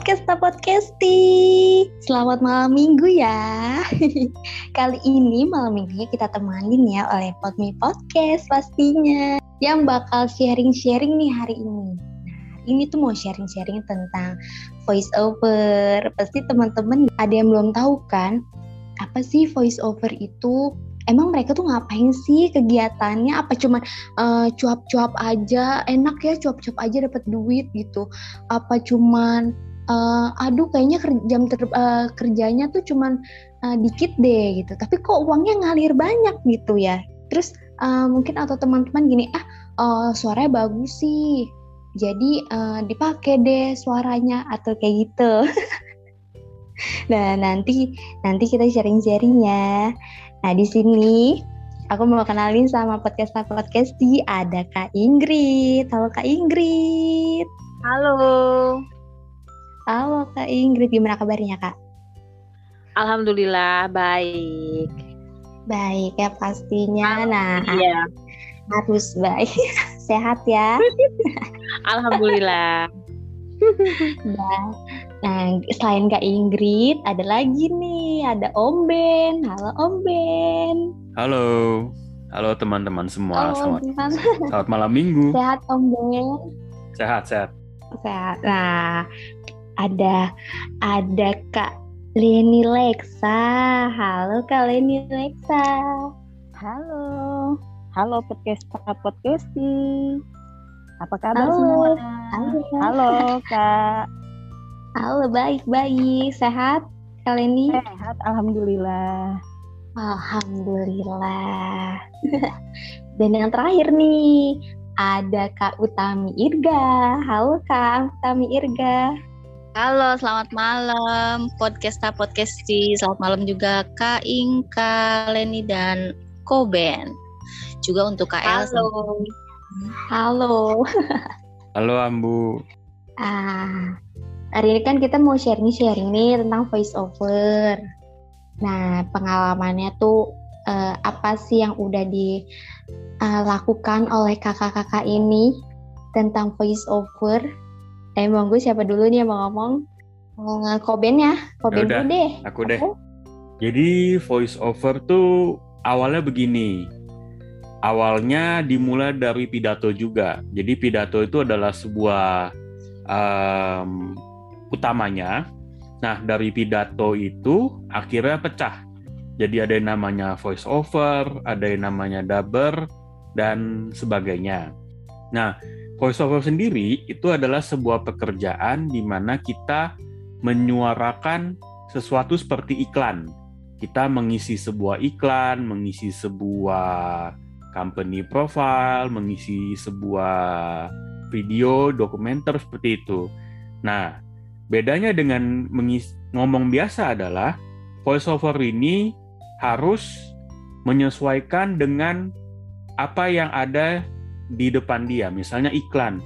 Podcasti. Selamat malam minggu ya. Kali ini malam minggunya kita temanin ya oleh Podme Podcast pastinya, yang bakal sharing-sharing nih hari ini. Nah, ini tuh mau sharing-sharing tentang voice over. Pasti teman-teman ada yang belum tahu kan, apa sih voice over itu? Emang mereka tuh ngapain sih kegiatannya? Apa cuman cuap-cuap aja, enak ya cuap-cuap aja dapat duit gitu? Apa cuman aduh kayaknya kerjanya tuh cuman dikit deh gitu, tapi kok uangnya ngalir banyak gitu ya? Terus mungkin atau teman-teman gini, suaranya bagus sih, jadi dipakai deh suaranya atau kayak gitu. Nah, nanti kita sharing-sharing ya. Nah, di sini aku mau kenalin sama podcasti. Ada Kak Ingrid. Halo Kak Ingrid. Halo. Halo Kak Ingrid, gimana kabarnya Kak? Alhamdulillah baik. Baik ya pastinya. Nah, iya. Harus baik. Sehat ya. Alhamdulillah. Nah, selain Kak Ingrid, ada lagi nih, ada Om Ben. Halo Om Ben. Halo teman-teman semua. Halo, Selamat malam minggu. Sehat Om Ben. Sehat. Nah, ada Kak Leni Lexa. Halo Kak Leni Lexa. Halo podcasti. Apa kabar Halo. semua? Halo Kak. Halo, baik. Sehat Kak Leni? Sehat, alhamdulillah. Alhamdulillah. Dan yang terakhir nih, ada Kak Utami Irga. Halo Kak Utami Irga. Halo, selamat malam podcasti. Selamat malam juga Kak Inka, Leni dan Koben. Juga untuk Kak Elsa. Halo. Halo Ambu. Hari ini kan kita mau sharing nih tentang voice over. Nah, pengalamannya tuh apa sih yang udah dilakukan oleh kakak-kakak ini tentang voice over? Monggo siapa dulu nih yang mau ngomong? Koben ya? Koben dulu deh. Aku deh. Jadi voice over tuh awalnya begini. Awalnya dimulai dari pidato juga. Jadi pidato itu adalah sebuah utamanya. Nah, dari pidato itu akhirnya pecah. Jadi ada yang namanya voice over, ada yang namanya dubber, dan sebagainya. Nah, voice over sendiri itu adalah sebuah pekerjaan di mana kita menyuarakan sesuatu seperti iklan. Kita mengisi sebuah iklan, mengisi sebuah company profile, mengisi sebuah video, dokumenter seperti itu. Nah, bedanya dengan ngomong biasa adalah voice over ini harus menyesuaikan dengan apa yang ada di depan dia. Misalnya iklan.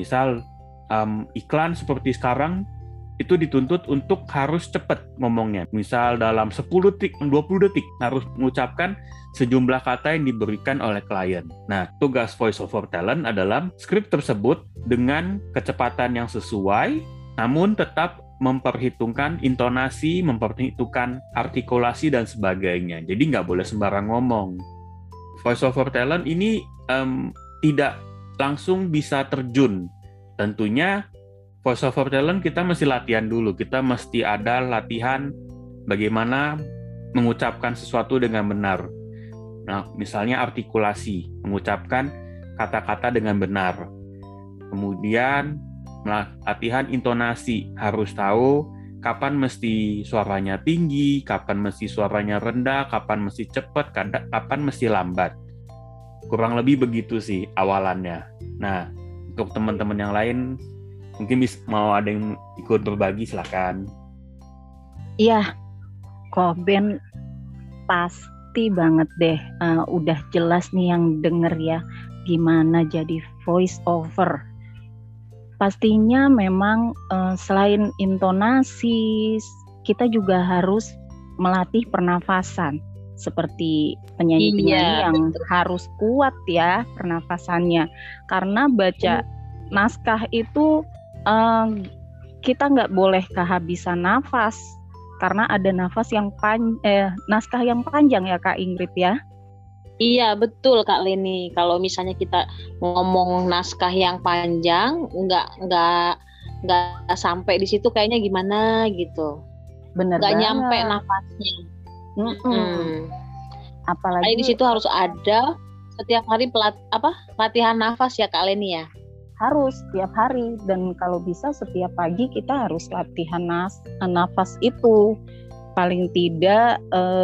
Iklan seperti sekarang itu dituntut untuk harus cepat ngomongnya. Misal dalam 10 detik, 20 detik harus mengucapkan sejumlah kata yang diberikan oleh klien. Nah, tugas voice over talent adalah skrip tersebut dengan kecepatan yang sesuai, namun tetap memperhitungkan intonasi, memperhitungkan artikulasi, dan sebagainya. Jadi nggak boleh sembarang ngomong. Voice over talent ini tidak langsung bisa terjun. Tentunya voice over talent kita mesti latihan dulu. Kita mesti ada latihan bagaimana mengucapkan sesuatu dengan benar. Nah, misalnya artikulasi, mengucapkan kata-kata dengan benar. Kemudian latihan intonasi, harus tahu kapan mesti suaranya tinggi, kapan mesti suaranya rendah, kapan mesti cepat, kapan mesti lambat. Kurang lebih begitu sih awalannya. Nah, untuk teman-teman yang lain mungkin mau ada yang ikut berbagi, silakan. Iya, Koben pasti banget deh. Udah jelas nih yang denger ya, gimana jadi voice over. Pastinya memang selain intonasi, kita juga harus melatih pernafasan. Seperti penyanyi-penyanyi yang harus kuat ya pernafasannya. Karena baca naskah itu kita nggak boleh kehabisan nafas karena ada naskah yang panjang ya Kak Ingrid ya. Iya betul Kak Leni. Kalau misalnya kita ngomong naskah yang panjang, nggak sampai di situ kayaknya gimana gitu. Bener Nggak banget. nyampe nafasnya. Apalagi di situ harus ada setiap hari latihan nafas ya Kak Leni ya. harus setiap hari, dan kalau bisa setiap pagi kita harus latihan nafas itu paling tidak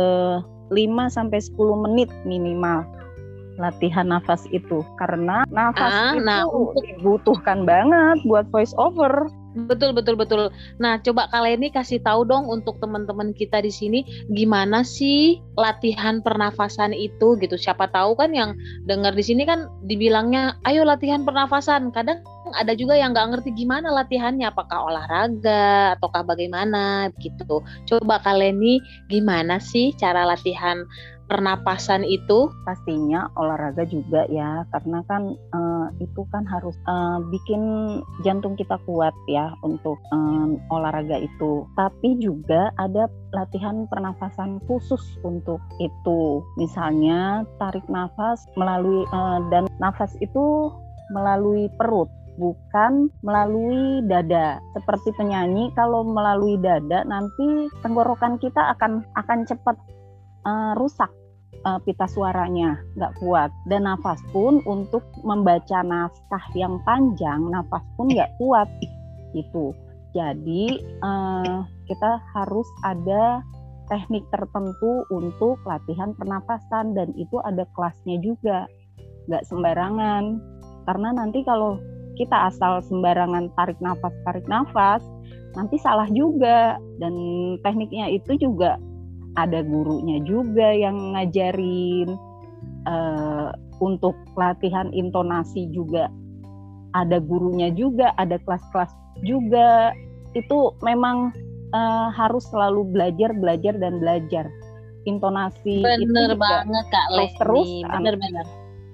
5-10 menit minimal latihan nafas itu, karena nafas dibutuhkan banget buat voice over. Betul. Nah, coba Kak Leni kasih tahu dong untuk teman-teman kita di sini gimana sih latihan pernafasan itu gitu. Siapa tahu kan yang dengar di sini kan dibilangnya, ayo latihan pernafasan. Kadang ada juga yang nggak ngerti gimana latihannya, apakah olahraga ataukah bagaimana gitu. Coba Kak Leni, gimana sih cara latihan pernapasan itu? Pastinya olahraga juga ya, karena kan itu kan harus bikin jantung kita kuat ya untuk olahraga itu. Tapi juga ada latihan pernafasan khusus untuk itu. Misalnya tarik nafas melalui dan nafas itu melalui perut, bukan melalui dada. Seperti penyanyi, kalau melalui dada nanti tenggorokan kita akan cepat rusak, pita suaranya nggak kuat. Dan nafas pun untuk membaca naskah yang panjang, nafas pun nggak kuat gitu. Jadi kita harus ada teknik tertentu untuk latihan pernapasan, dan itu ada kelasnya juga, nggak sembarangan. Karena nanti kalau kita asal sembarangan tarik nafas, nanti salah juga. Dan tekniknya itu juga ada gurunya juga yang ngajarin. Untuk latihan intonasi juga ada gurunya juga, ada kelas-kelas juga. Itu memang harus selalu belajar intonasi. Bener itu banget Kak Leni, terus bener.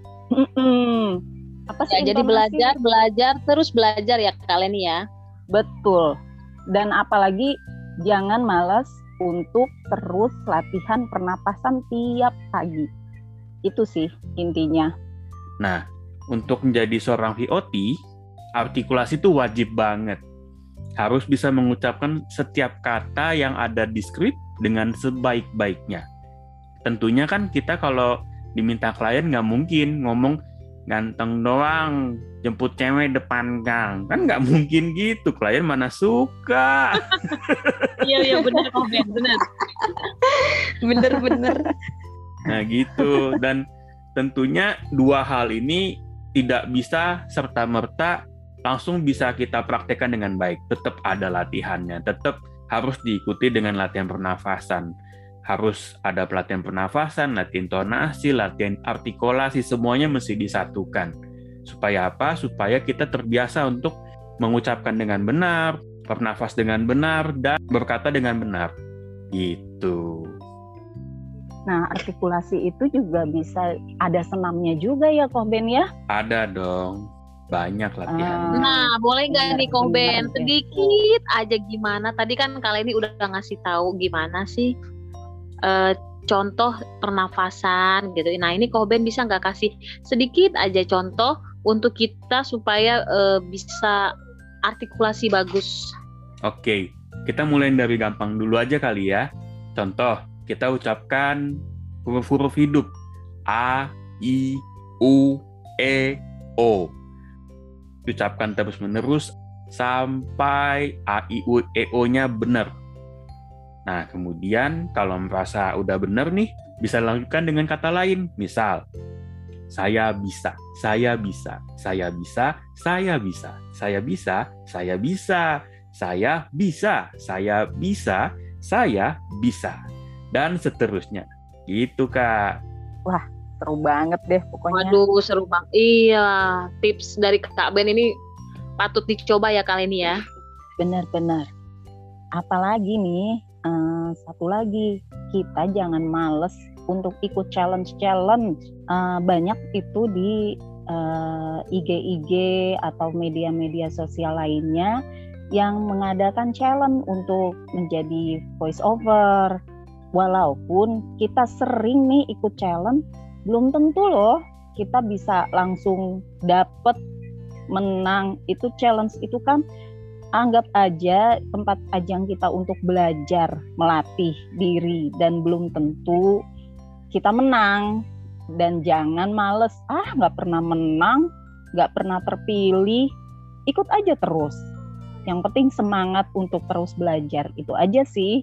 Apa sih ya, jadi belajar terus belajar ya Kak Leni ya. Betul. Dan apalagi jangan malas untuk terus latihan pernapasan tiap pagi. Itu sih intinya. Nah, untuk menjadi seorang VOT, artikulasi itu wajib banget. Harus bisa mengucapkan setiap kata yang ada di skrip dengan sebaik-baiknya. Tentunya kan kita kalau diminta klien nggak mungkin ngomong ganteng doang, jemput cewek depan gang. Kan nggak mungkin gitu, klien mana suka. Iya benar kok Ben, bener. Nah gitu, dan tentunya dua hal ini tidak bisa serta-merta langsung bisa kita praktekkan dengan baik. Tetap ada latihannya, tetap harus diikuti dengan latihan pernafasan. Harus ada pelatihan pernafasan, latihan intonasi, latihan artikulasi, semuanya mesti disatukan. Supaya apa? Supaya kita terbiasa untuk mengucapkan dengan benar, bernafas dengan benar, dan berkata dengan benar. Gitu. Nah, artikulasi itu juga bisa ada senamnya juga ya, Koh Ben ya? Ada dong. Banyak latihan. Nah, boleh nggak nih Koh Ben sedikit aja gimana? Tadi kan kali ini udah ngasih tahu gimana sih contoh pernafasan gitu. Nah, ini Koh Ben bisa nggak kasih sedikit aja contoh untuk kita supaya bisa artikulasi bagus? Oke, kita mulai dari gampang dulu aja kali ya. Contoh, kita ucapkan huruf-huruf hidup. A, I, U, E, O. Ucapkan terus-menerus sampai A, I, U, E, O-nya benar. Nah, kemudian kalau merasa udah benar nih, bisa lanjutkan dengan kata lain. Misal, saya bisa, saya bisa, saya bisa, saya bisa, saya bisa, saya bisa, saya bisa, saya bisa, saya bisa, dan seterusnya. Gitu, Kak. Wah, seru banget deh pokoknya. Waduh, seru banget. Iya, tips dari Kak Ben ini patut dicoba ya kali ini ya. Benar-benar. Apalagi nih, satu lagi, kita jangan males untuk ikut challenge. Banyak itu di IG atau media-media sosial lainnya yang mengadakan challenge untuk menjadi voice over. Walaupun kita sering nih ikut challenge, belum tentu loh kita bisa langsung dapet menang. Itu challenge itu kan anggap aja tempat ajang kita untuk belajar, melatih diri, dan belum tentu kita menang. Dan jangan males, nggak pernah menang, nggak pernah terpilih, ikut aja terus. Yang penting semangat untuk terus belajar, itu aja sih.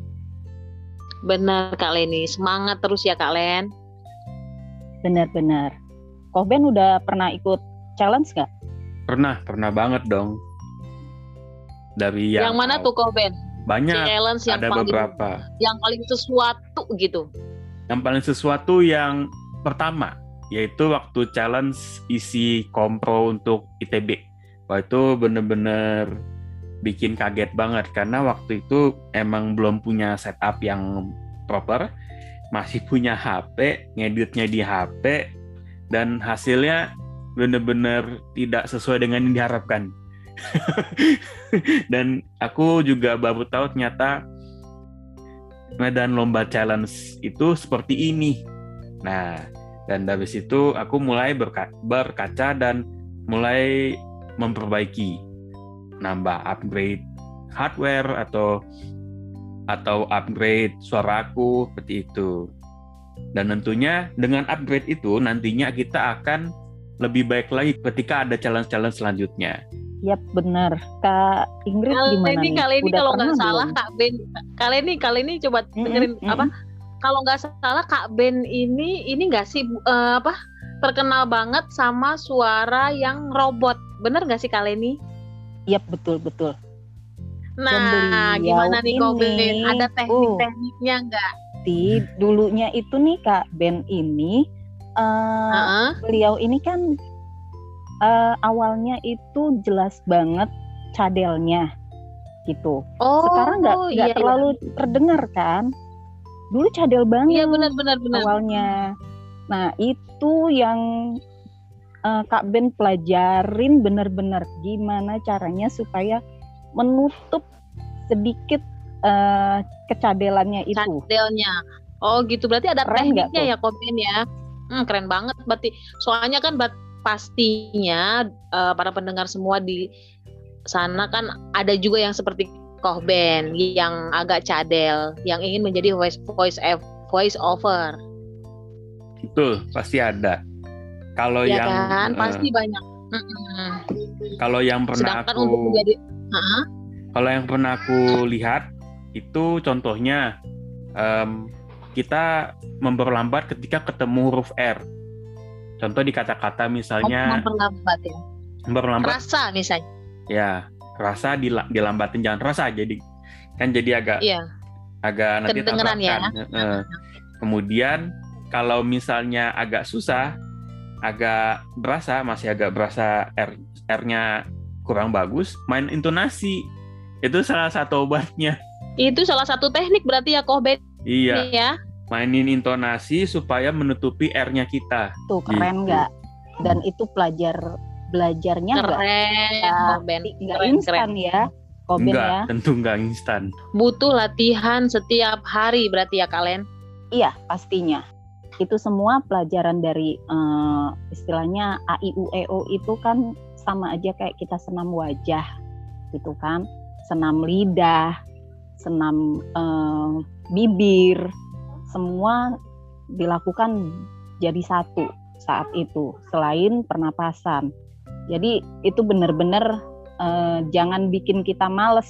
Benar Kak Leni, semangat terus ya Kak Len. Benar-benar. Kohben udah pernah ikut challenge nggak? Pernah banget dong. Dari yang mana tuh Kohben? Banyak, challenge yang ada paling, beberapa. Yang paling sesuatu gitu. Yang paling sesuatu yang pertama, yaitu waktu challenge isi kompro untuk ITB. Wah, itu bener-bener bikin kaget banget, karena waktu itu emang belum punya setup yang proper, masih punya HP, ngeditnya di HP, dan hasilnya bener-bener tidak sesuai dengan yang diharapkan. Dan aku juga baru tahu ternyata medan lomba challenge itu seperti ini. Nah, dan dari situ aku mulai berkaca dan mulai memperbaiki, nambah upgrade hardware atau upgrade suaraku seperti itu. Dan tentunya dengan upgrade itu nantinya kita akan lebih baik lagi ketika ada challenge-challenge selanjutnya. Yap, benar. Kak Ingrid gimana nih? Kali ini kalau nggak salah belum? Kak Ben, kali ini coba dengerin apa? Kalau nggak salah Kak Ben ini nggak sih terkenal banget sama suara yang robot, bener nggak sih Kak Leni? Yap, betul. Nah, gimana nih Kak Ben? Ada teknik-tekniknya nggak? Dulunya itu nih Kak Ben ini, beliau ini kan awalnya itu jelas banget cadelnya gitu. Sekarang nggak terlalu terdengar kan? Dulu cadel banget. Iya benar. Awalnya. Nah itu yang Kak Ben pelajarin benar-benar gimana caranya supaya menutup sedikit kecadelannya itu. Cadelnya. Oh gitu, berarti ada Keren tekniknya ya Kak Ben ya. Keren banget berarti. Soalnya kan pastinya para pendengar semua di sana kan ada juga yang seperti Kohben yang agak cadel, yang ingin menjadi voice over. Betul, pasti ada. Kalau ya yang kan, pasti banyak. Kalau yang pernah sedangkan untuk menjadi kalau yang pernah aku lihat itu contohnya kita memperlambat ketika ketemu huruf R. Contoh di kata-kata misalnya memperlambat ya. Memperlambat. Rasa misalnya. Ya, rasa dilambatin, jangan rasa, jadi kan jadi agak nanti kedengeran ya. Kemudian kalau misalnya agak susah, masih agak berasa R-nya kurang bagus, main intonasi. Itu salah satu obatnya. Itu salah satu teknik berarti ya Kohben. Iya. Ya. Mainin intonasi supaya menutupi R-nya kita. Tuh keren nggak? Gitu. Dan itu belajarnya nggak instan ya, Kohben ya? Tentu nggak instan. Butuh latihan setiap hari berarti ya kalian? Iya pastinya. Itu semua pelajaran dari istilahnya A, I, U, E, O itu kan sama aja kayak kita senam wajah gitu kan, senam lidah, senam bibir, semua dilakukan jadi satu saat itu selain pernapasan. Jadi itu benar-benar jangan bikin kita males.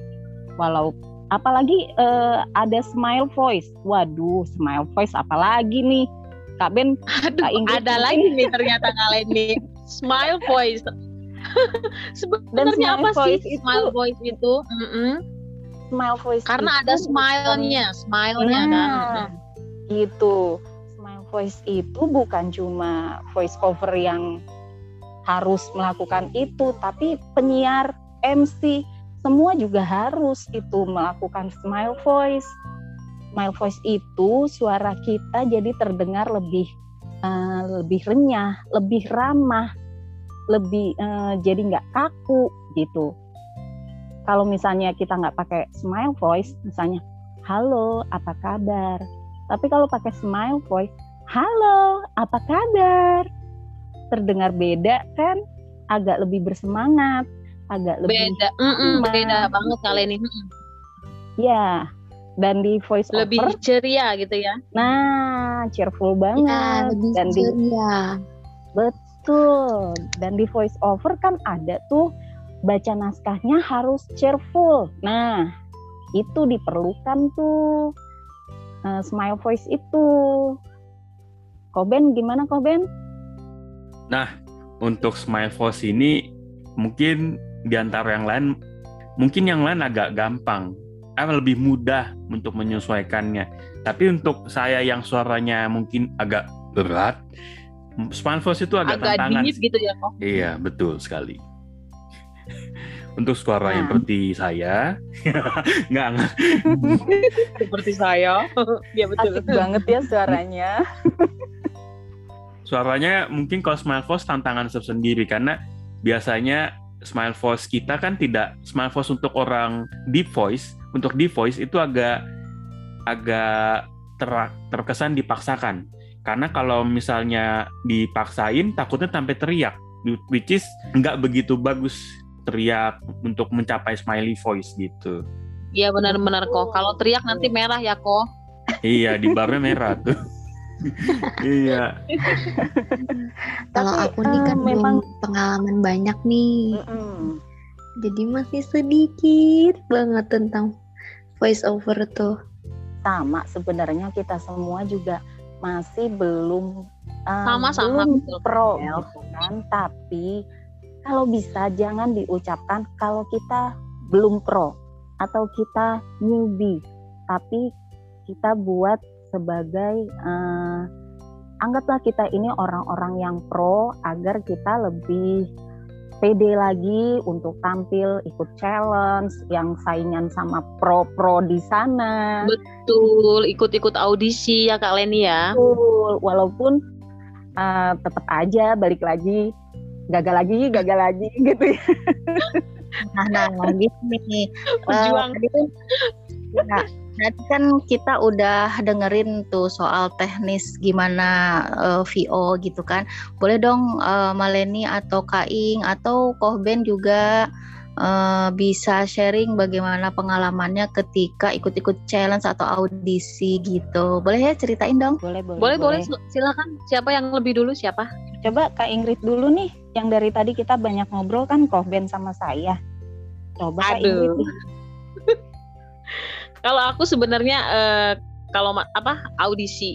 Apalagi ada smile voice. Waduh, smile voice apalagi nih? Kak Ben, Kak Ingrid. Ada lagi nih ternyata kalian nih. Smile voice. Sebenarnya apa sih smile voice itu? Smile voice karena ada smile-nya kan. Gitu. Smile voice itu bukan cuma voice over yang harus melakukan itu, tapi penyiar, MC, semua juga harus itu melakukan smile voice. Smile voice itu suara kita jadi terdengar lebih renyah, lebih ramah, lebih jadi nggak kaku gitu. Kalau misalnya kita nggak pakai smile voice, misalnya, halo, apa kabar? Tapi kalau pakai smile voice, halo, apa kabar? Terdengar beda kan? Agak lebih bersemangat, agak lebih beda banget kali ini. Ya, dan di voice lebih over ceria gitu ya. Nah, cheerful banget. Ya, lebih dan ceria. Betul. Dan di voice over kan ada tuh baca naskahnya harus cheerful. Nah, itu diperlukan tuh smile voice itu. Koben gimana Koben? Nah, untuk smile voice ini mungkin di antara yang lain, mungkin yang lain agak gampang, lebih mudah untuk menyesuaikannya. Tapi untuk saya yang suaranya mungkin agak berat, smile voice itu agak tantangan. Agak gitu ya kok. Iya, betul sekali. Untuk suara yang seperti saya, enggak. Seperti saya, ya betul. Asik banget ya suaranya. Suaranya mungkin kalau smile voice tantangan tersendiri, karena biasanya smile voice kita kan tidak, smile voice untuk orang deep voice, untuk deep voice itu agak terkesan dipaksakan. Karena kalau misalnya dipaksain takutnya sampai teriak, which is nggak begitu bagus teriak untuk mencapai smiley voice gitu. Iya benar-benar kok. Kalau teriak nanti merah ya kok. Iya, di barnya merah tuh. Iya. Kalau aku nih kan memang pengalaman banyak nih. Jadi masih sedikit banget tentang voice over tuh. Sama sebenarnya kita semua juga masih belum belum pro gitu kan. Tapi kalau bisa jangan diucapkan kalau kita belum pro atau kita newbie. Tapi kita buat sebagai anggaplah kita ini orang-orang yang pro agar kita lebih pede lagi untuk tampil ikut challenge yang saingan sama pro-pro di sana. Betul, ikut-ikut audisi ya Kak Leni ya. Betul, walaupun tetap aja balik lagi gagal lagi gitu ya. Nah gitu nih. Berjuang. Tadi kan kita udah dengerin tuh soal teknis gimana VO gitu kan. Boleh dong Maleni atau Kaing atau Kohben juga bisa sharing bagaimana pengalamannya ketika ikut-ikut challenge atau audisi gitu. Boleh ya ceritain dong? Boleh. Silakan. Siapa yang lebih dulu siapa? Coba Kak Ingrid dulu nih. Yang dari tadi kita banyak ngobrol kan Kohben sama saya. Coba Kak Ingrid. Kalau aku sebenarnya kalau audisi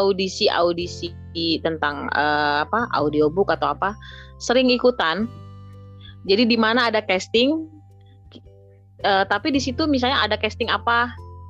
tentang audiobook atau apa sering ikutan. Jadi di mana ada casting, tapi di situ misalnya ada casting apa,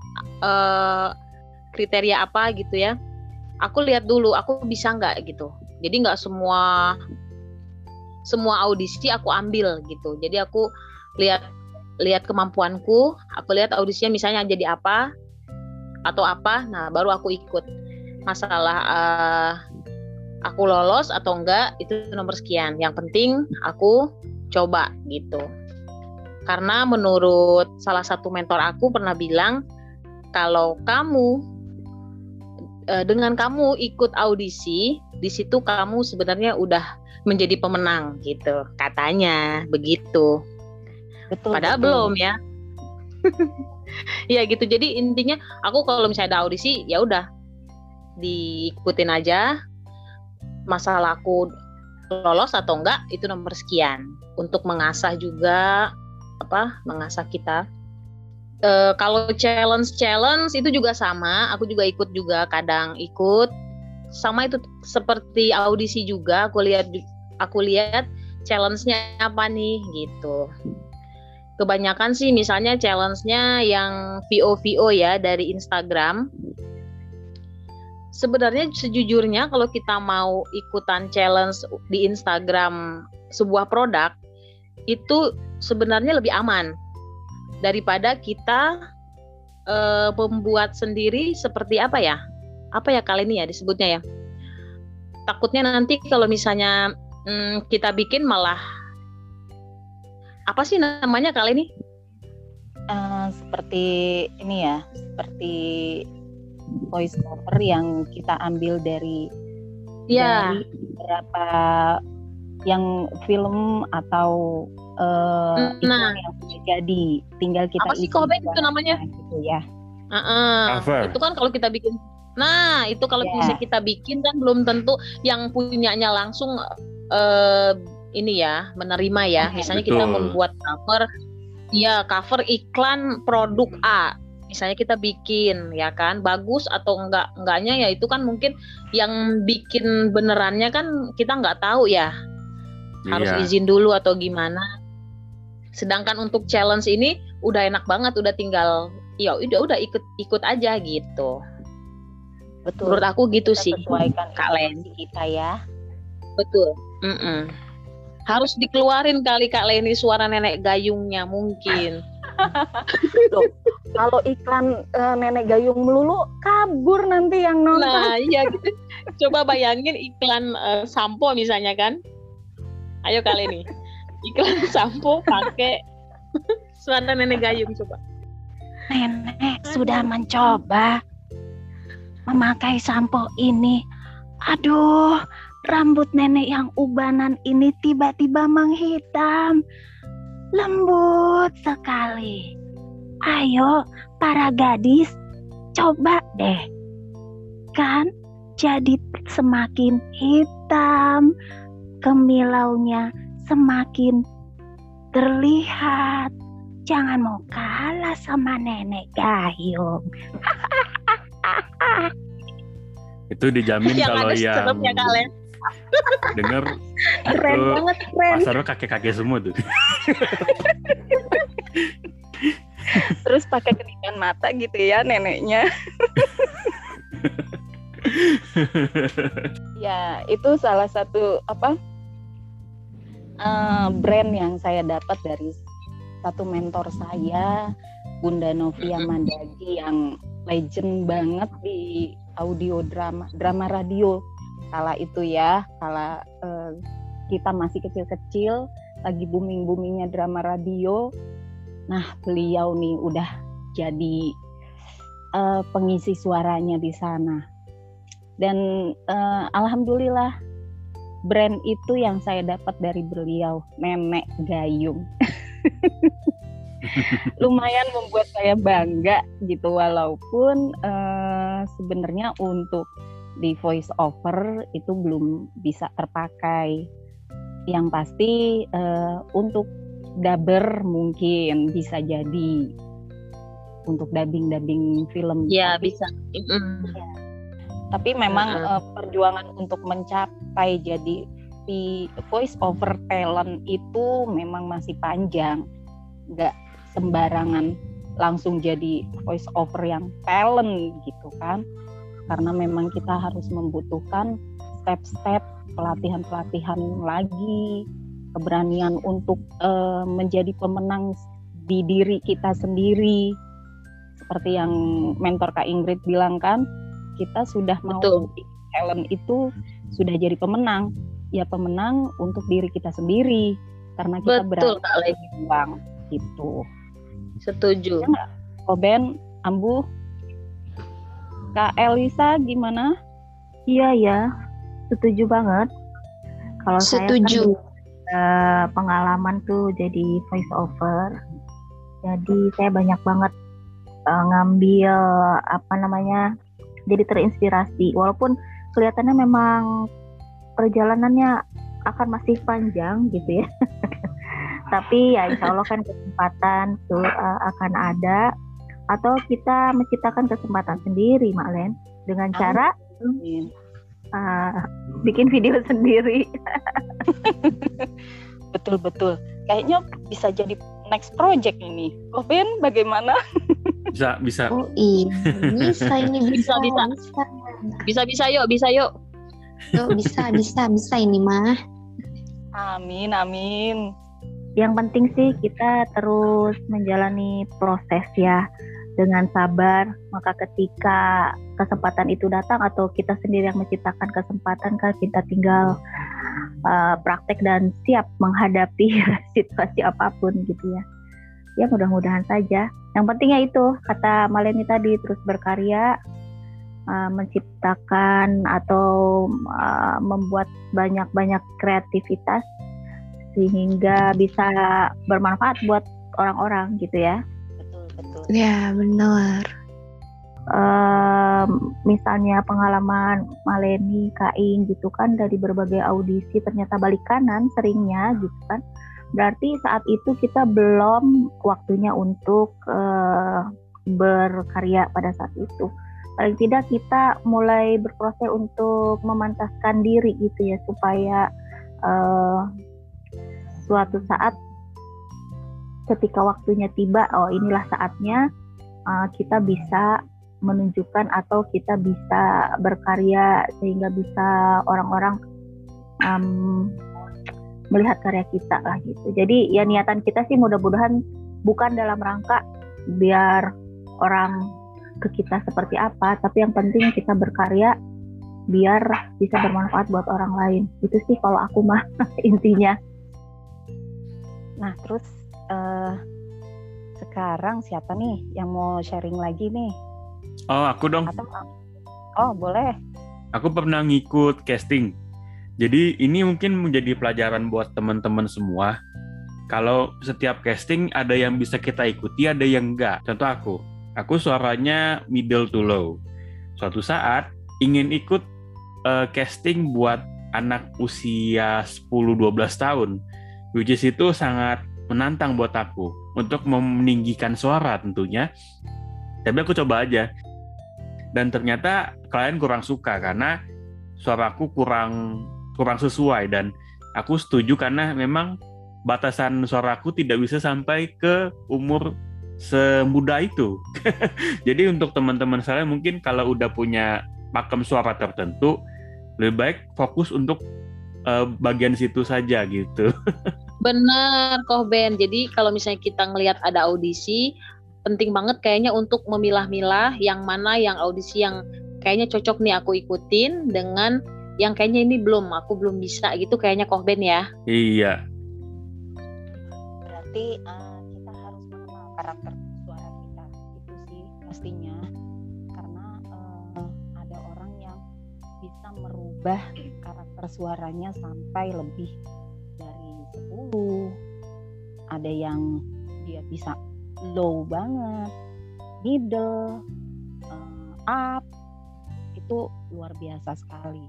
kriteria apa gitu ya. Aku lihat dulu, aku bisa nggak gitu. Jadi nggak semua audisi aku ambil gitu. Jadi aku lihat kemampuanku, aku lihat audisinya misalnya jadi apa atau apa, nah baru aku ikut. Masalah aku lolos atau enggak itu nomor sekian. Yang penting aku coba gitu. Karena menurut salah satu mentor aku pernah bilang kalau kamu dengan kamu ikut audisi, di situ kamu sebenarnya udah menjadi pemenang gitu, katanya begitu. Betul, padahal betul. Belum ya. Ya gitu. Jadi intinya aku kalau misalnya ada audisi ya udah diikutin aja. Masalah aku lolos atau enggak itu nomor sekian. Untuk mengasah juga mengasah kita. Kalau challenge itu juga sama. Aku juga ikut juga, kadang ikut. Sama itu seperti audisi juga. Aku lihat challenge-nya apa nih gitu. Kebanyakan sih misalnya challenge-nya yang VO ya dari Instagram. Sebenarnya sejujurnya kalau kita mau ikutan challenge di Instagram sebuah produk itu sebenarnya lebih aman daripada kita membuat sendiri seperti apa ya kali ini ya disebutnya ya. Takutnya nanti kalau misalnya kita bikin malah apa sih namanya kali ini? seperti ini ya, seperti voice over yang kita ambil dari beberapa yang film atau iklan yang sudah jadi, tinggal kita apa sih Kobe itu namanya gitu ya. Itu kan kalau kita bikin, itu kalau bisa kita bikin kan belum tentu yang punyanya langsung ini ya menerima ya. Misalnya kita membuat cover iklan produk A, misalnya kita bikin ya kan, bagus atau enggaknya ya itu kan mungkin yang bikin benerannya kan kita nggak tahu ya, harus izin dulu atau gimana. Sedangkan untuk challenge ini udah enak banget, udah tinggal ya udah ikut aja gitu. Betul. Menurut aku gitu kita sih. Sesuaikan Kak Leni kita ya. Betul. Harus dikeluarin kali Kak Leni suara nenek gayungnya mungkin. Loh, kalau iklan nenek gayung melulu kabur nanti yang nonton. Nah iya gitu. Coba bayangin iklan sampo misalnya kan. Ayo Kak Leni. Iklan sampo pakai suara nenek gayung coba. Nenek sudah mencoba memakai sampo ini. Aduh, rambut nenek yang ubanan ini tiba-tiba menghitam. Lembut sekali. Ayo para gadis, coba deh. Kan jadi semakin hitam, kemilaunya semakin terlihat. Jangan mau kalah sama nenek gayung. Itu dijamin yang kalau yang denger Keren itu banget, keren. pasarnya kakek-kakek semua tuh. Terus pakai kedipan mata gitu ya neneknya. Ya, itu salah satu brand yang saya dapat dari satu mentor saya, Bunda Novia Mandagi, yang legend banget di audio drama radio kala itu ya, kala kita masih kecil-kecil, lagi booming-boomingnya drama radio. Nah, beliau nih udah jadi pengisi suaranya di sana. Dan alhamdulillah brand itu yang saya dapat dari beliau, Nenek Gayung. Lumayan membuat saya bangga gitu, walaupun sebenarnya untuk di voice over itu belum bisa terpakai. Yang pasti untuk dubber mungkin bisa jadi, untuk dubbing film. Ya bisa. Tapi memang perjuangan untuk mencapai jadi di voice over talent itu memang masih panjang. Nggak sembarangan langsung jadi voice over yang talent gitu kan, karena memang kita harus membutuhkan step-step pelatihan lagi, keberanian untuk menjadi pemenang di diri kita sendiri, seperti yang mentor Kak Ingrid bilang kan, kita sudah mau talent itu sudah jadi pemenang, ya pemenang untuk diri kita sendiri, karena kita berani berjuang gitu. Setuju. Ya, Koben, Ambu, Kak Elisa gimana? Iya ya, setuju banget. Kalau saya kan pengalaman tuh jadi voice over, jadi saya banyak banget ngambil jadi terinspirasi. Walaupun kelihatannya memang perjalanannya akan masih panjang gitu ya. Tapi ya insya Allah kan kesempatan tuh akan ada, atau kita menciptakan kesempatan sendiri, Mak Len, dengan cara bikin video sendiri. Betul. Kayaknya bisa jadi next project ini. Koben bagaimana? Bisa. Oh iya, bisa ini bisa. Bisa yuk. Yuk, bisa ini mah. Amin. Yang penting sih kita terus menjalani proses ya dengan sabar. Maka ketika kesempatan itu datang atau kita sendiri yang menciptakan kesempatan, kan kita tinggal praktek dan siap menghadapi situasi apapun gitu ya. Ya mudah-mudahan saja Yang pentingnya itu kata Maleni tadi, terus berkarya, menciptakan atau membuat banyak-banyak kreativitas sehingga bisa bermanfaat buat orang-orang gitu ya. Betul. Ya, benar. Misalnya pengalaman Maleni, Kaing gitu kan, dari berbagai audisi ternyata balik kanan seringnya gitu kan. Berarti saat itu kita belum waktunya untuk berkarya pada saat itu. Paling tidak kita mulai berproses untuk memantaskan diri gitu ya, supaya suatu saat ketika waktunya tiba, oh inilah saatnya kita bisa menunjukkan atau kita bisa berkarya sehingga bisa orang-orang melihat karya kita lah gitu. Jadi ya niatan kita sih mudah-mudahan bukan dalam rangka biar orang ke kita seperti apa, tapi yang penting kita berkarya biar bisa bermanfaat buat orang lain. Itu sih kalau aku mah intinya. Nah terus sekarang siapa nih yang mau sharing lagi nih? Oh, aku dong. Oh, boleh. Aku pernah ngikut casting. Jadi ini mungkin menjadi pelajaran buat teman-teman semua. Kalau setiap casting ada yang bisa kita ikuti, ada yang enggak. Contoh aku suaranya middle to low. Suatu saat ingin ikut casting buat anak usia 10-12 tahun. Which is itu sangat menantang buat aku untuk meninggikan suara tentunya. Tapi aku coba aja. Dan ternyata klien kurang suka karena suaraku kurang sesuai, dan aku setuju karena memang batasan suaraku tidak bisa sampai ke umur semuda itu. Jadi untuk teman-teman saya mungkin kalau udah punya pakem suara tertentu, lebih baik fokus untuk bagian situ saja gitu. Benar, Kohben. Jadi kalau misalnya kita ngelihat ada audisi, penting banget kayaknya untuk memilah-milah yang mana yang audisi yang kayaknya cocok nih aku ikutin dengan yang kayaknya ini aku belum bisa gitu kayaknya, Kohben ya. Iya. Berarti kita harus mengenal karakter suara kita, itu sih pastinya. Karena ada orang yang bisa merubah karakter suaranya sampai lebih dari 10. Ada yang dia bisa low banget, middle, up, itu luar biasa sekali.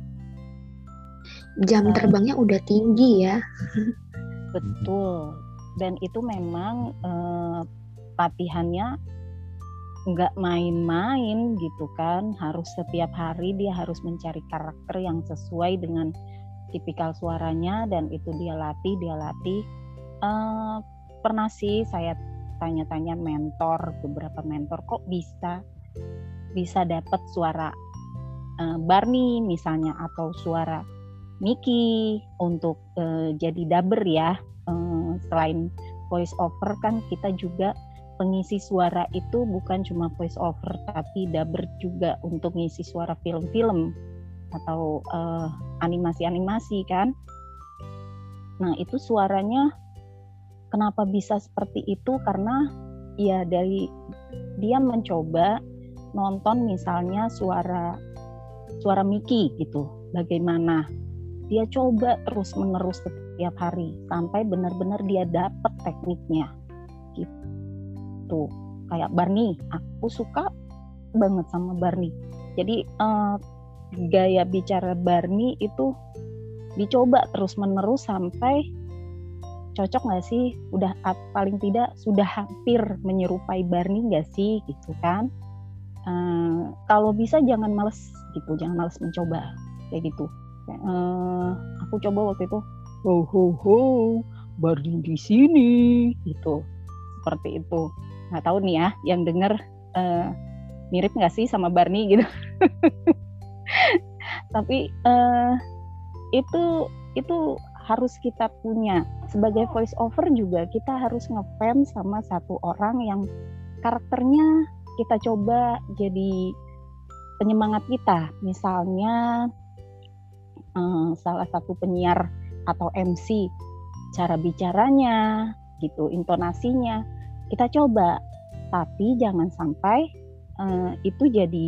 Jam terbangnya udah tinggi ya. Betul. Dan itu memang latihannya nggak main-main gitu kan. Harus setiap hari dia harus mencari karakter yang sesuai dengan tipikal suaranya, dan itu dia latih. Pernah sih saya tanya-tanya beberapa mentor, kok bisa dapat suara Barney misalnya atau suara Miki untuk jadi dubber ya. Selain voice over kan kita juga pengisi suara itu bukan cuma voice over tapi dubber juga untuk ngisi suara film-film atau animasi-animasi kan. Nah itu suaranya kenapa bisa seperti itu, karena ya dari dia mencoba nonton misalnya suara Miki gitu, bagaimana dia coba terus-menerus setiap hari sampai benar-benar dia dapat tekniknya gitu. Kayak Barney, aku suka banget sama Barney. Jadi gaya bicara Barney itu dicoba terus-menerus sampai cocok nggak sih? Udah paling tidak sudah hampir menyerupai Barney nggak sih gitu kan? Kalau bisa jangan malas mencoba kayak gitu. Aku coba waktu itu, Barney di sini gitu, seperti itu. Nggak tahu nih ya, yang dengar mirip nggak sih sama Barney gitu? Tapi itu harus kita punya. Sebagai voice over juga kita harus ngefans sama satu orang yang karakternya kita coba jadi penyemangat kita. Misalnya salah satu penyiar atau MC, cara bicaranya gitu, intonasinya kita coba Tapi jangan sampai itu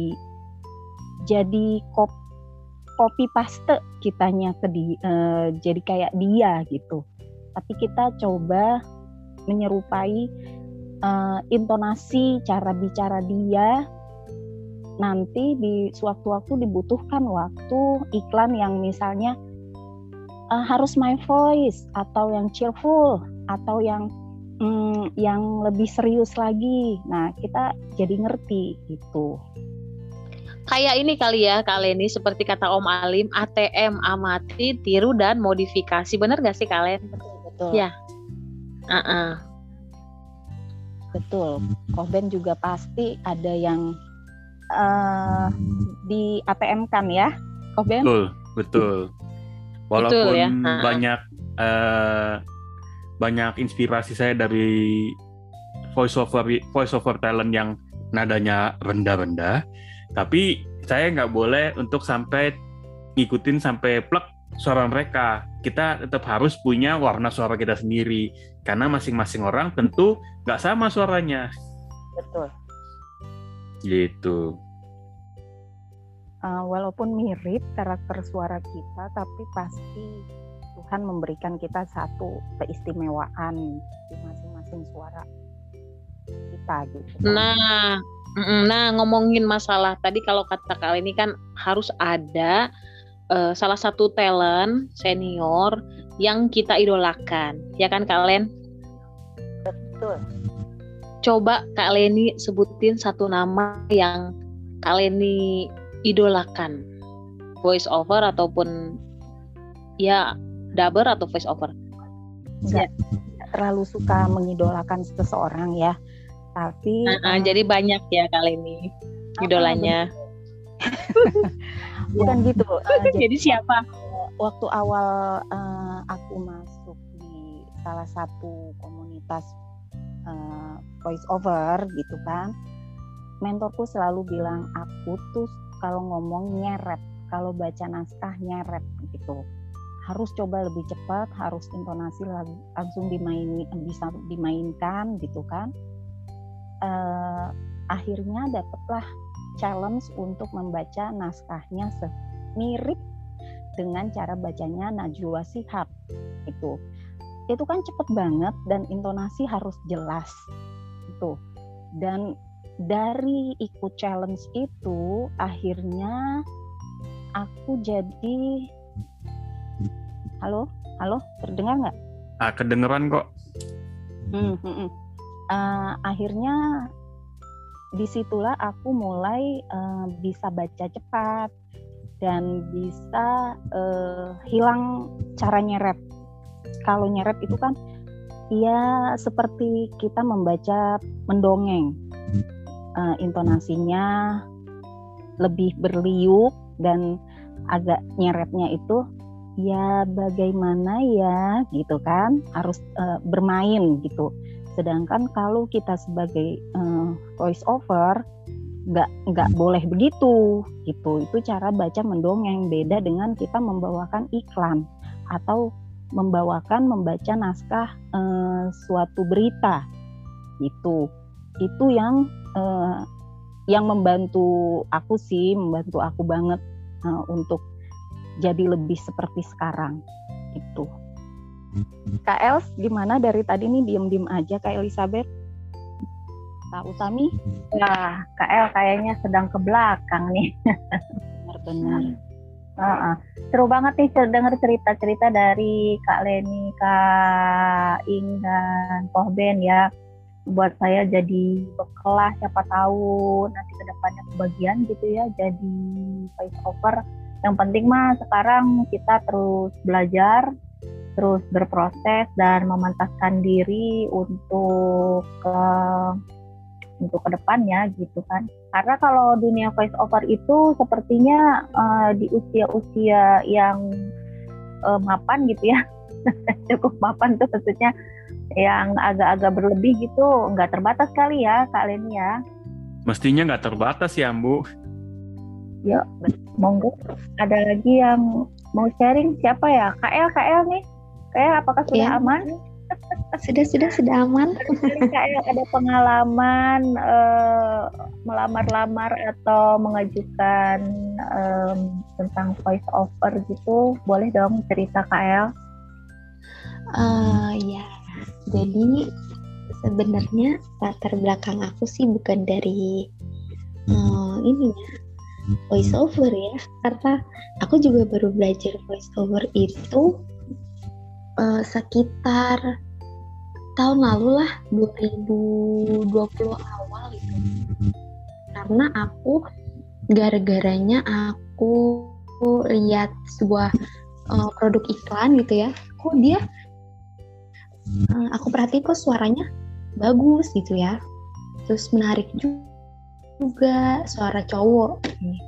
jadi copy paste kitanya jadi kayak dia gitu. Tapi kita coba menyerupai intonasi, cara bicara dia. Nanti di sewaktu-waktu dibutuhkan waktu iklan yang misalnya harus my voice atau yang cheerful atau yang lebih serius lagi. Nah, kita jadi ngerti gitu. Kayak ini kali ya, Kak Leni, seperti kata Om Alim, ATM, amati, tiru, dan modifikasi. Bener gak sih, Kak Len? Betul. Ya. Betul. Kohben juga pasti ada yang di ATM kan ya, Kohben? Betul. Walaupun Betul, ya. Banyak inspirasi saya dari voice over talent yang nadanya rendah-rendah, tapi saya nggak boleh untuk sampai ngikutin sampai plek suara mereka. Kita tetap harus punya warna suara kita sendiri, karena masing-masing orang tentu nggak sama suaranya. Betul. Gitu. Walaupun mirip karakter suara kita, tapi pasti Tuhan memberikan kita satu keistimewaan di masing-masing suara kita gitu. Nah, ngomongin masalah tadi, kalau kata Kak Leni kan harus ada salah satu talent senior yang kita idolakan, ya kan Kak Len? Betul. Coba Kak Leni sebutin satu nama yang Kak Leni idolakan, voice over ataupun ya dubber atau voice over. Nggak terlalu suka mengidolakan seseorang ya, tapi jadi banyak ya Kak Leni idolanya. Bukan gitu. Jadi siapa? Waktu awal aku masuk di salah satu komunitas voice over gitu kan, mentorku selalu bilang, aku tuh kalau ngomong nyeret, kalau baca naskah nyeret gitu. Harus coba lebih cepat, harus intonasi langsung bisa dimainkan gitu kan. Akhirnya dapatlah challenge untuk membaca naskahnya mirip dengan cara bacanya Najwa Shihab itu kan cepet banget dan intonasi harus jelas itu. Dan dari ikut challenge itu akhirnya aku jadi halo terdengar nggak? Kedengeran kok. Akhirnya disitulah aku mulai bisa baca cepat dan bisa hilang cara nyeret. Kalau nyeret itu kan ya seperti kita membaca mendongeng, intonasinya lebih berliuk dan agak nyeretnya itu ya bagaimana ya gitu kan, harus bermain gitu. Sedangkan kalau kita sebagai voice over nggak boleh begitu gitu. Itu cara baca mendongeng, beda dengan kita membawakan iklan atau membaca naskah suatu berita gitu. Itu yang membantu aku banget untuk jadi lebih seperti sekarang itu. Kak Els gimana, dari tadi nih diem-diem aja Kak Elizabeth? Kak Utami? Nah, Kak El kayaknya sedang ke belakang nih. Benar-benar. Seru banget nih dengar cerita-cerita dari Kak Leni, Kak Ing, dan Kohben ya. Buat saya jadi bekal lah, siapa tahu nanti kedepannya kebagian gitu ya jadi voice over. Yang penting mah sekarang kita terus belajar, terus berproses dan memantapkan diri untuk kedepannya gitu kan. Karena kalau dunia voice over itu sepertinya di usia-usia yang mapan gitu ya, cukup mapan tuh maksudnya yang agak-agak berlebih gitu, nggak terbatas kali ya Kak Leni ya. Mestinya nggak terbatas ya Bu. Yuk, monggo. Ada lagi yang mau sharing, siapa ya? KL nih? KL apakah sudah aman? Sudah aman. Barangkali Kak El ada pengalaman melamar-lamar atau mengajukan tentang voice over gitu, boleh dong cerita Kak El? Ya, jadi sebenarnya latar belakang aku sih bukan dari ini ya, voice over ya, karena aku juga baru belajar voice over itu sekitar tahun lalu lah, 2020 awal gitu. Karena aku gara-garanya aku lihat sebuah produk iklan gitu ya, kok dia aku perhatiin kok suaranya bagus gitu ya, terus menarik juga suara cowok.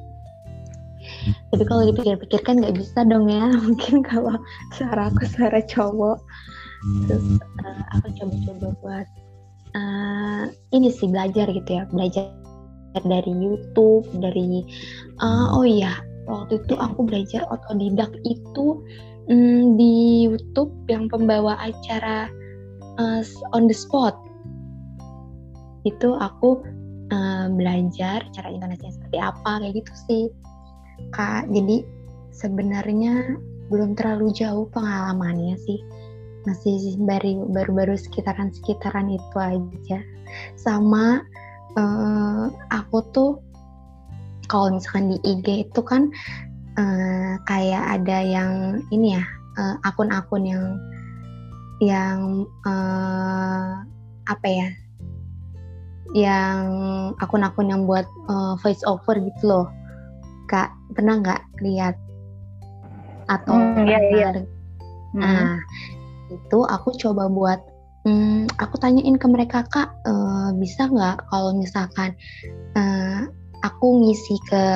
Tapi kalau dipikir-pikir kan nggak bisa dong ya, mungkin kalau suara aku suara cowok. Terus aku coba-coba buat ini sih belajar gitu ya, belajar dari YouTube, dari oh iya waktu itu aku belajar otodidak itu di YouTube yang pembawa acara on the spot. Itu aku belajar cara intonasinya seperti apa kayak gitu sih Kak. Jadi sebenarnya belum terlalu jauh pengalamannya sih, masih baru-baru sekitaran itu aja. Sama aku tuh kalau misalkan di IG itu kan kayak ada yang ini ya, akun-akun yang apa ya, yang akun-akun yang buat voice over gitu loh Kak, pernah nggak lihat atau iya. Nah itu aku coba buat aku tanyain ke mereka, Kak, bisa nggak kalau misalkan aku ngisi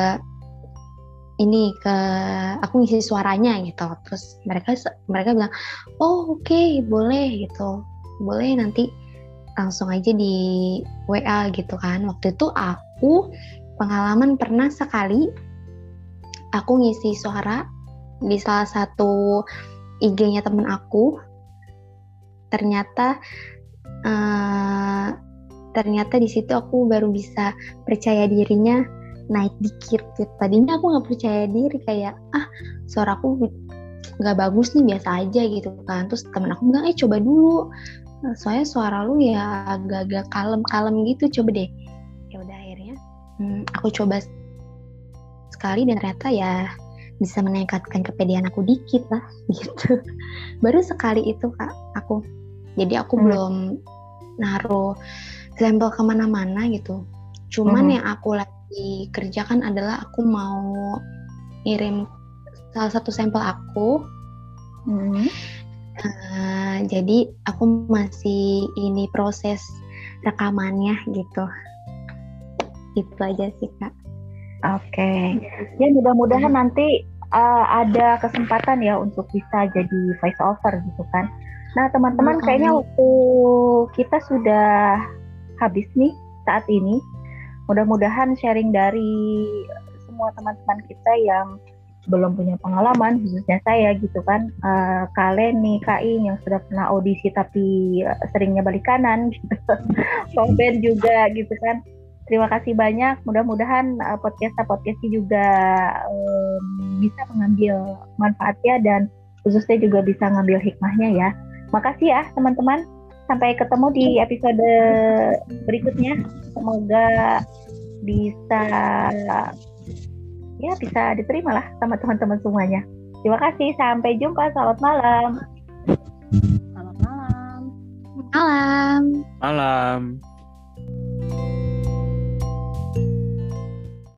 aku ngisi suaranya gitu. Terus mereka bilang, oh oke, boleh gitu, boleh, nanti langsung aja di WA gitu kan. Waktu itu aku pengalaman pernah sekali aku ngisi suara di salah satu IG-nya temen aku. Ternyata di situ aku baru bisa percaya dirinya naik dikit gitu. Tadinya aku nggak percaya diri, kayak suara aku nggak bagus nih, biasa aja gitu kan. Terus temen aku bilang, coba dulu, soalnya suara lu ya agak-agak kalem gitu, coba deh. Ya udah akhirnya aku coba sekali dan ternyata ya bisa meningkatkan kepedean aku dikit lah gitu. Baru sekali itu Kak aku. Jadi aku belum naruh sampel kemana-mana gitu. Cuman yang aku lagi kerjakan adalah aku mau ngirim salah satu sampel aku. Jadi aku masih ini proses rekamannya gitu. Itu aja sih Kak. Oke. Ya mudah-mudahan nanti ada kesempatan ya untuk bisa jadi voice over gitu kan. Nah teman-teman, kayaknya waktu kita sudah habis nih saat ini. Mudah-mudahan sharing dari semua teman-teman kita yang belum punya pengalaman, khususnya saya gitu kan, kalian nih Kak Ing yang sudah pernah audisi tapi seringnya balik kanan gitu. Kong Ben juga gitu kan. Terima kasih banyak. Mudah-mudahan podcast-podcastnya juga bisa mengambil manfaatnya dan khususnya juga bisa ngambil hikmahnya ya. Makasih ya teman-teman. Sampai ketemu di episode berikutnya. Semoga bisa diterima lah sama teman-teman semuanya. Terima kasih. Sampai jumpa. Selamat malam. Malam. Malam.